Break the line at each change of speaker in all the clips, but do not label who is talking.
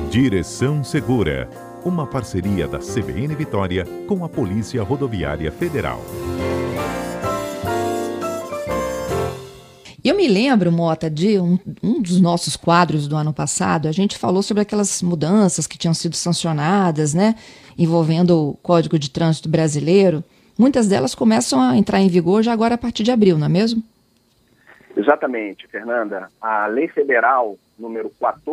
Direção Segura, uma parceria da CBN Vitória com a Polícia Rodoviária Federal.
Eu me lembro, Mota, de um dos nossos quadros do ano passado, a gente falou sobre aquelas mudanças que tinham sido sancionadas, né, envolvendo o Código de Trânsito Brasileiro. Muitas delas começam a entrar em vigor já agora a partir de abril, não é mesmo?
Exatamente, Fernanda. A Lei Federal número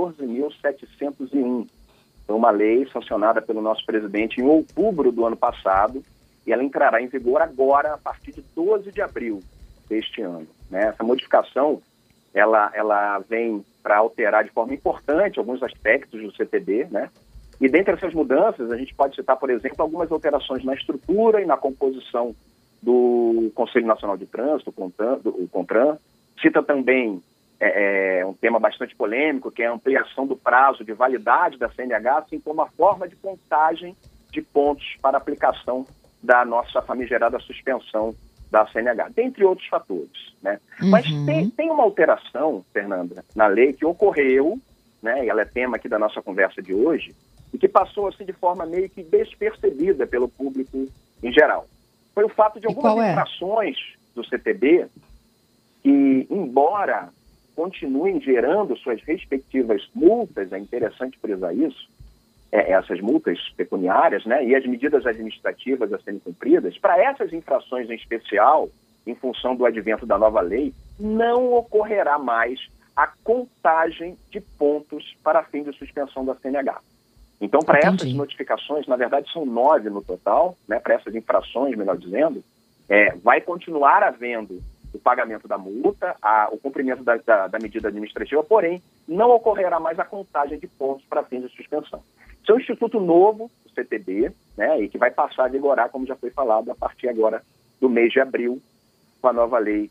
14.701 foi uma lei sancionada pelo nosso presidente em outubro do ano passado e ela entrará em vigor agora a partir de 12 de abril deste ano. Né? Essa modificação ela vem para alterar de forma importante alguns aspectos do CTB, né? E dentre essas mudanças a gente pode citar, por exemplo, algumas alterações na estrutura e na composição do Conselho Nacional de Trânsito, o CONTRAN. Cita também um tema bastante polêmico, que é a ampliação do prazo de validade da CNH, assim como a forma de contagem de pontos para aplicação da nossa famigerada suspensão da CNH, dentre outros fatores. Né? Mas tem uma alteração, Fernanda, na lei que ocorreu, né, e ela é tema aqui da nossa conversa de hoje, e que passou assim de forma meio que despercebida pelo público em geral. Foi o fato de algumas infrações do CTB que, embora continuem gerando suas respectivas multas, é interessante frisar isso, essas multas pecuniárias, né, e as medidas administrativas a serem cumpridas, para essas infrações em especial, em função do advento da nova lei, não ocorrerá mais a contagem de pontos para fim de suspensão da CNH. Então, para essas notificações, na verdade são 9 no total, né, para essas infrações, melhor dizendo, vai continuar havendo o pagamento da multa, o cumprimento da medida administrativa, porém, não ocorrerá mais a contagem de pontos para fins de suspensão. Isso é um instituto novo, o CTB, né, e que vai passar a vigorar, como já foi falado, a partir agora do mês de abril, com a nova lei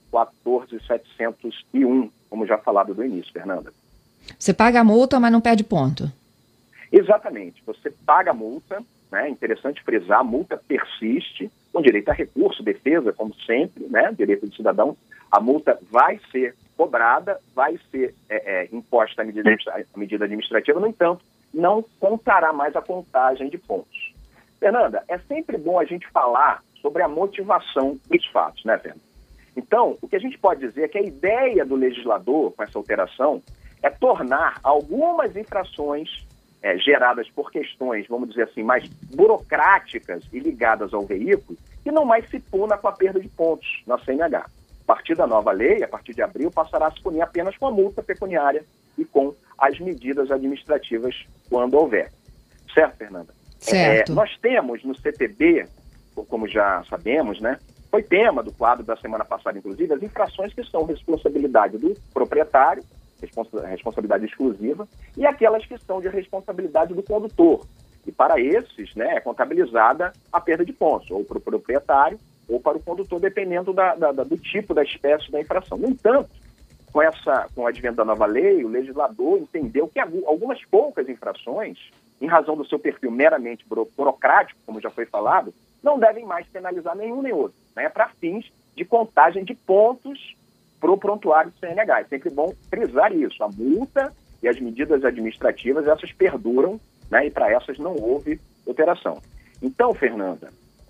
14.701, como já falado do início, Fernanda.
Você paga a multa, mas não perde ponto.
Exatamente. Você paga a multa, né? Interessante frisar, a multa persiste, com direito a recurso, defesa, como sempre, né? Direito do cidadão. A multa vai ser cobrada, vai ser imposta a medida administrativa, no entanto, não contará mais a contagem de pontos. Fernanda, é sempre bom a gente falar sobre a motivação dos fatos, né, Fernanda? Então, o que a gente pode dizer é que a ideia do legislador com essa alteração é tornar algumas infrações geradas por questões, vamos dizer assim, mais burocráticas e ligadas ao veículo, que não mais se puna com a perda de pontos na CNH. A partir da nova lei, a partir de abril, passará a se punir apenas com a multa pecuniária e com as medidas administrativas quando houver. Certo, Fernanda?
Certo.
Nós temos no CTB, como já sabemos, né, foi tema do quadro da semana passada, inclusive, as infrações que são responsabilidade do proprietário, responsabilidade exclusiva, e aquelas que são de responsabilidade do condutor. E para esses, né, é contabilizada a perda de pontos, ou para o proprietário, ou para o condutor, dependendo do tipo, da espécie da infração. No entanto, com o advento da nova lei, o legislador entendeu que algumas poucas infrações, em razão do seu perfil meramente burocrático, como já foi falado, não devem mais penalizar nenhum nem outro, né, para fins de contagem de pontos para o prontuário do CNH. É sempre bom frisar isso. A multa e as medidas administrativas, essas perduram, né, e para essas não houve alteração. Então, Fernanda,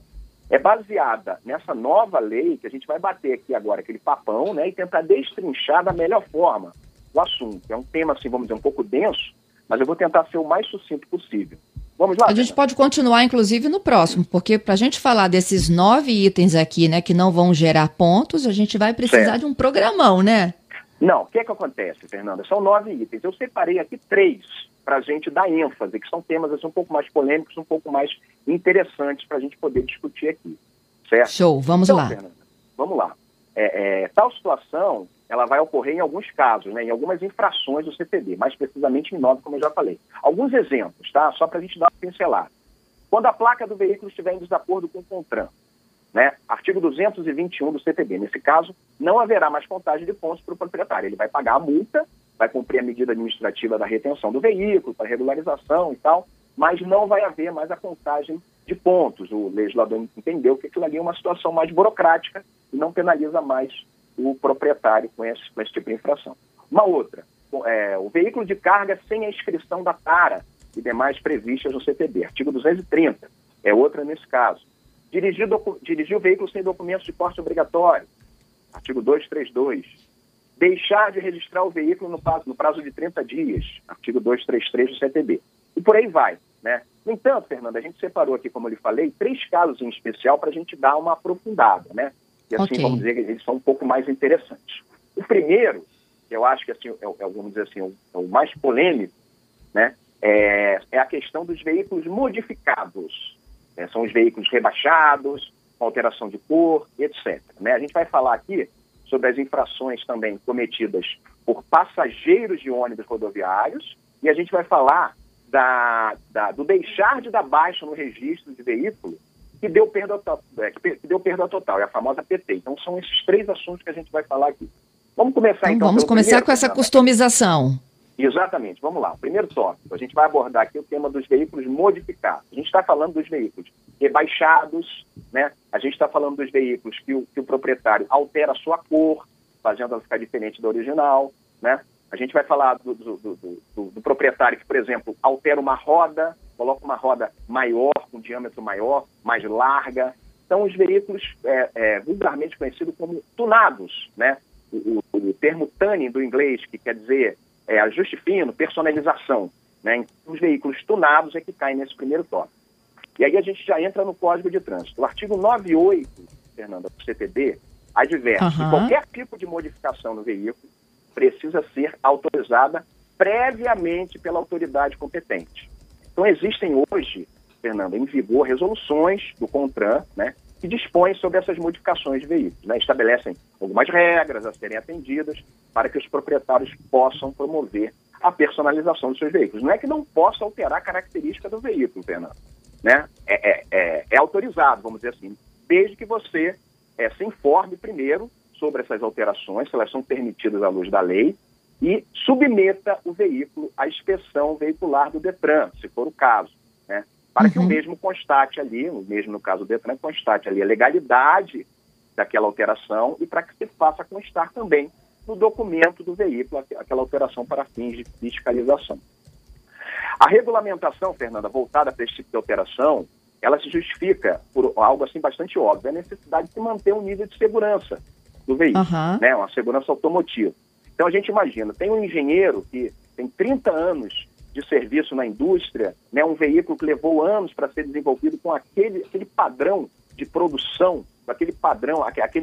é baseada nessa nova lei que a gente vai bater aqui agora, aquele papão, né, e tentar destrinchar da melhor forma o assunto. É um tema, assim, vamos dizer, um pouco denso, mas eu vou tentar ser o mais sucinto possível. Vamos lá,
a gente pode continuar, inclusive, no próximo, porque para a gente falar desses 9 itens aqui, né, que não vão gerar pontos, a gente vai precisar de um programão, né?
Não, o que é que acontece, Fernanda? São 9 itens. Eu separei aqui 3 para a gente dar ênfase, que são temas assim, um pouco mais polêmicos, um pouco mais interessantes para a gente poder discutir aqui, certo?
Show, vamos lá.
Fernanda, vamos lá. Tal situação, ela vai ocorrer em alguns casos, né, em algumas infrações do CTB, mais precisamente em 9, como eu já falei. Alguns exemplos, tá? Só para a gente dar uma pincelada. Quando a placa do veículo estiver em desacordo com o CONTRAN, né, artigo 221 do CTB, nesse caso, não haverá mais contagem de pontos para o proprietário. Ele vai pagar a multa, vai cumprir a medida administrativa da retenção do veículo, para regularização e tal, mas não vai haver mais a contagem de pontos. O legislador entendeu que aquilo ali é uma situação mais burocrática e não penaliza mais o proprietário com esse tipo de infração. Uma outra, o veículo de carga sem a inscrição da tara e demais previstas no CTB. Artigo 230 é outra nesse caso. Dirigir o veículo sem documentos de porte obrigatório. Artigo 232. Deixar de registrar o veículo no prazo de 30 dias. Artigo 233 do CTB. E por aí vai, né? No entanto, Fernanda, a gente separou aqui, como eu lhe falei, 3 casos em especial para a gente dar uma aprofundada, né? E assim, vamos dizer que eles são um pouco mais interessantes. O primeiro, que eu acho que assim, vamos dizer assim, é o mais polêmico, né? É a questão dos veículos modificados. Né? São os veículos rebaixados, com alteração de cor, etc. Né? A gente vai falar aqui sobre as infrações também cometidas por passageiros de ônibus rodoviários e a gente vai falar do deixar de dar baixa no registro de veículo que deu perda total, é a famosa PT. Então, são esses 3 assuntos que a gente vai falar aqui. Vamos começar, então.
Vamos começar com essa customização.
Exatamente, vamos lá. O primeiro tópico, a gente vai abordar aqui o tema dos veículos modificados. A gente está falando dos veículos rebaixados, né? A gente está falando dos veículos que o proprietário altera a sua cor, fazendo ela ficar diferente da original, né? A gente vai falar do proprietário que, por exemplo, altera uma roda, coloca uma roda maior, com diâmetro maior, mais larga. São os veículos vulgarmente conhecidos como tunados, né? O termo tuning do inglês, que quer dizer ajuste fino, personalização, né? Então, os veículos tunados é que caem nesse primeiro tópico. E aí a gente já entra no Código de Trânsito. O artigo 98, Fernanda, do CTB, adverte que qualquer tipo de modificação no veículo precisa ser autorizada previamente pela autoridade competente. Então, existem hoje, Fernanda, em vigor resoluções do CONTRAN, né, que dispõem sobre essas modificações de veículos, né, estabelecem algumas regras a serem atendidas para que os proprietários possam promover a personalização dos seus veículos. Não é que não possa alterar a característica do veículo, Fernanda, né? É autorizado, vamos dizer assim, desde que você se informe primeiro sobre essas alterações, se elas são permitidas à luz da lei, e submeta o veículo à inspeção veicular do DETRAN, se for o caso, né? Para que o mesmo constate ali, o mesmo no caso do DETRAN, constate ali a legalidade daquela alteração e para que se faça constar também no documento do veículo aquela alteração para fins de fiscalização. A regulamentação, Fernanda, voltada para esse tipo de alteração, ela se justifica por algo assim bastante óbvio, a necessidade de se manter um nível de segurança do veículo, né? Uma segurança automotiva. Então a gente imagina, tem um engenheiro que tem 30 anos de serviço na indústria, né? Um veículo que levou anos para ser desenvolvido com aquele padrão de produção, aquele padrão,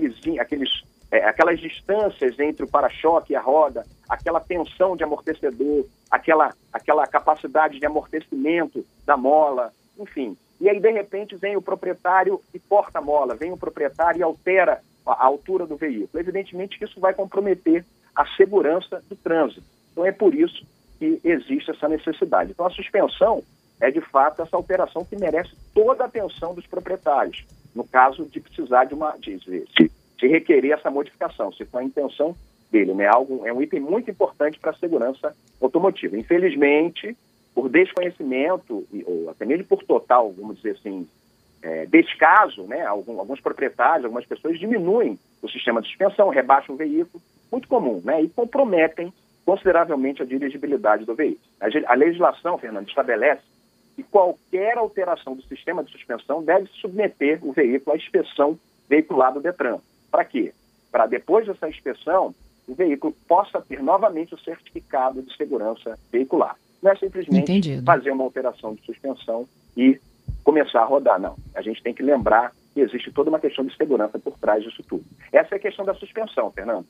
aquelas distâncias entre o para-choque e a roda, aquela tensão de amortecedor, aquela capacidade de amortecimento da mola, enfim. E aí, de repente, vem o proprietário e corta a mola, vem o proprietário e altera a altura do veículo. Evidentemente que isso vai comprometer a segurança do trânsito. Então, é por isso que existe essa necessidade. Então, a suspensão é, de fato, essa alteração que merece toda a atenção dos proprietários, no caso de precisar de requerer essa modificação, se for a intenção dele, né? É um item muito importante para a segurança automotiva. Infelizmente, por desconhecimento, ou até mesmo por total, vamos dizer assim, descaso, né? Alguns proprietários, algumas pessoas diminuem o sistema de suspensão, rebaixam o veículo, muito comum, né? E comprometem consideravelmente a dirigibilidade do veículo. A legislação, Fernando, estabelece que qualquer alteração do sistema de suspensão deve submeter o veículo à inspeção veicular do DETRAN. Para quê? Para depois dessa inspeção, o veículo possa ter novamente o certificado de segurança veicular. Não é simplesmente fazer uma alteração de suspensão e começar a rodar, não. A gente tem que lembrar que existe toda uma questão de segurança por trás disso tudo. Essa é a questão da suspensão, Fernando.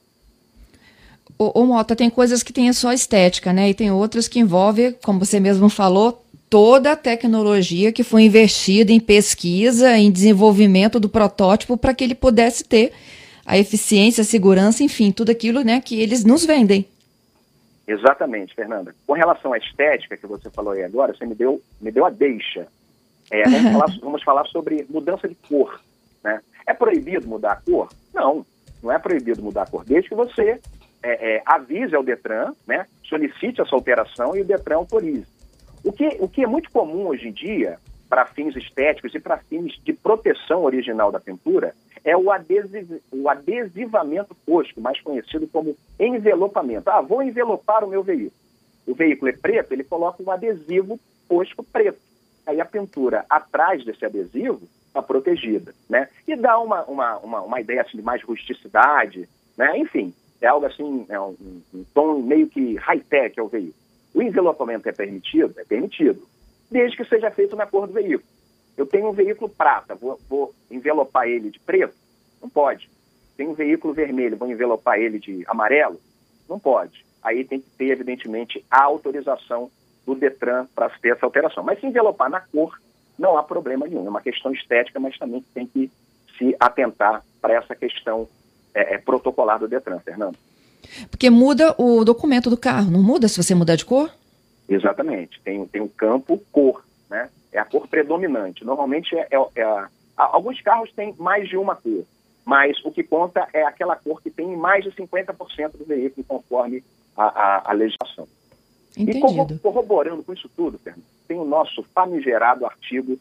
Ô Mota, tem coisas que têm só estética, né? E tem outras que envolvem, como você mesmo falou, toda a tecnologia que foi investida em pesquisa, em desenvolvimento do protótipo para que ele pudesse ter a eficiência, a segurança, enfim, tudo aquilo, né, que eles nos vendem.
Exatamente, Fernanda. Com relação à estética que você falou aí agora, você me deu a deixa. Vamos falar sobre mudança de cor, né? É proibido mudar a cor? Não, não é proibido mudar a cor, desde que você avise ao DETRAN, né, solicite essa alteração e o DETRAN autorize. O que é muito comum hoje em dia, para fins estéticos e para fins de proteção original da pintura, é o adesivamento fosco, mais conhecido como envelopamento. Vou envelopar o meu veículo. O veículo é preto, ele coloca um adesivo fosco preto. Aí a pintura atrás desse adesivo está protegida, né? E dá uma ideia assim, de mais rusticidade, né? Enfim, é algo assim, um tom meio que high-tech ao veículo. O envelopamento é permitido? É permitido, desde que seja feito na cor do veículo. Eu tenho um veículo prata, vou envelopar ele de preto? Não pode. Tenho um veículo vermelho, vou envelopar ele de amarelo? Não pode. Aí tem que ter, evidentemente, a autorização do Detran para ter essa alteração. Mas se envelopar na cor, não há problema nenhum. É uma questão estética, mas também tem que se atentar para essa questão protocolar do Detran, Fernando.
Porque muda o documento do carro, não muda se você mudar de cor?
Exatamente. Tem um campo cor, né? É a cor predominante. Normalmente, alguns carros têm mais de uma cor, mas o que conta é aquela cor que tem mais de 50% do veículo, conforme a legislação.
Entendido.
E corroborando com isso tudo, Fernando, tem o nosso famigerado artigo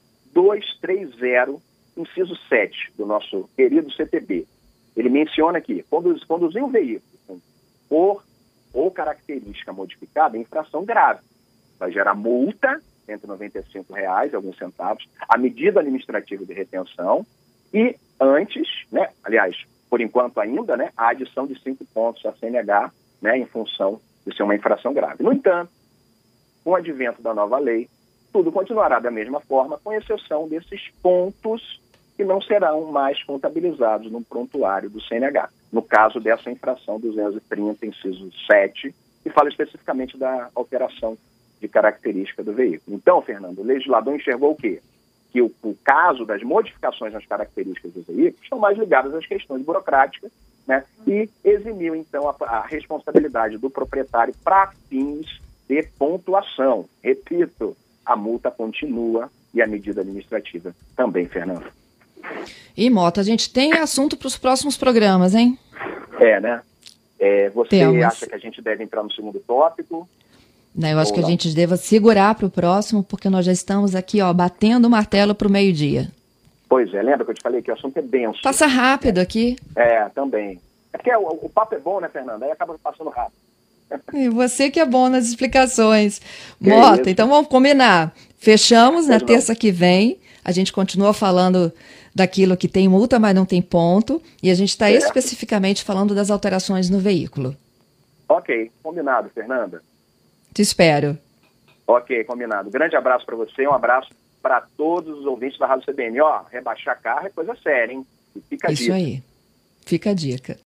230, inciso 7, do nosso querido CTB. Ele menciona aqui, conduzir um veículo com cor ou característica modificada é infração grave. Vai gerar multa, R$ 195 e alguns centavos, a medida administrativa de retenção e antes, né, aliás, por enquanto ainda, né, a adição de 5 pontos à CNH, né, em função de ser uma infração grave. No entanto, com o advento da nova lei, tudo continuará da mesma forma, com exceção desses pontos que não serão mais contabilizados no prontuário do CNH. No caso dessa infração 230, inciso 7, que fala especificamente da alteração de característica do veículo. Então, Fernando, o legislador enxergou o quê? Que o caso das modificações nas características do veículo estão mais ligadas às questões burocráticas, né? E eximiu, então, a responsabilidade do proprietário para fins de pontuação. Repito, a multa continua e a medida administrativa também, Fernando.
E, Mota, a gente tem assunto para os próximos programas, hein?
Né? Você
Temos.
acha que a gente deve entrar no segundo tópico?
Eu acho que a gente deva segurar para o próximo, porque nós já estamos aqui, batendo o martelo para o meio-dia.
Pois é, lembra que eu te falei que o assunto é denso.
Passa rápido aqui.
Também. É porque o papo é bom, né, Fernanda? Aí acaba passando rápido.
E você que é bom nas explicações. Mota, então vamos combinar. Fechamos na terça que vem. A gente continua falando daquilo que tem multa, mas não tem ponto. E a gente está especificamente falando das alterações no veículo.
Ok, combinado, Fernanda.
Te espero.
Ok, combinado. Grande abraço para você, um abraço para todos os ouvintes da Rádio CBN. Rebaixar carro é coisa séria, hein? E fica a dica.
Isso aí. Fica a dica.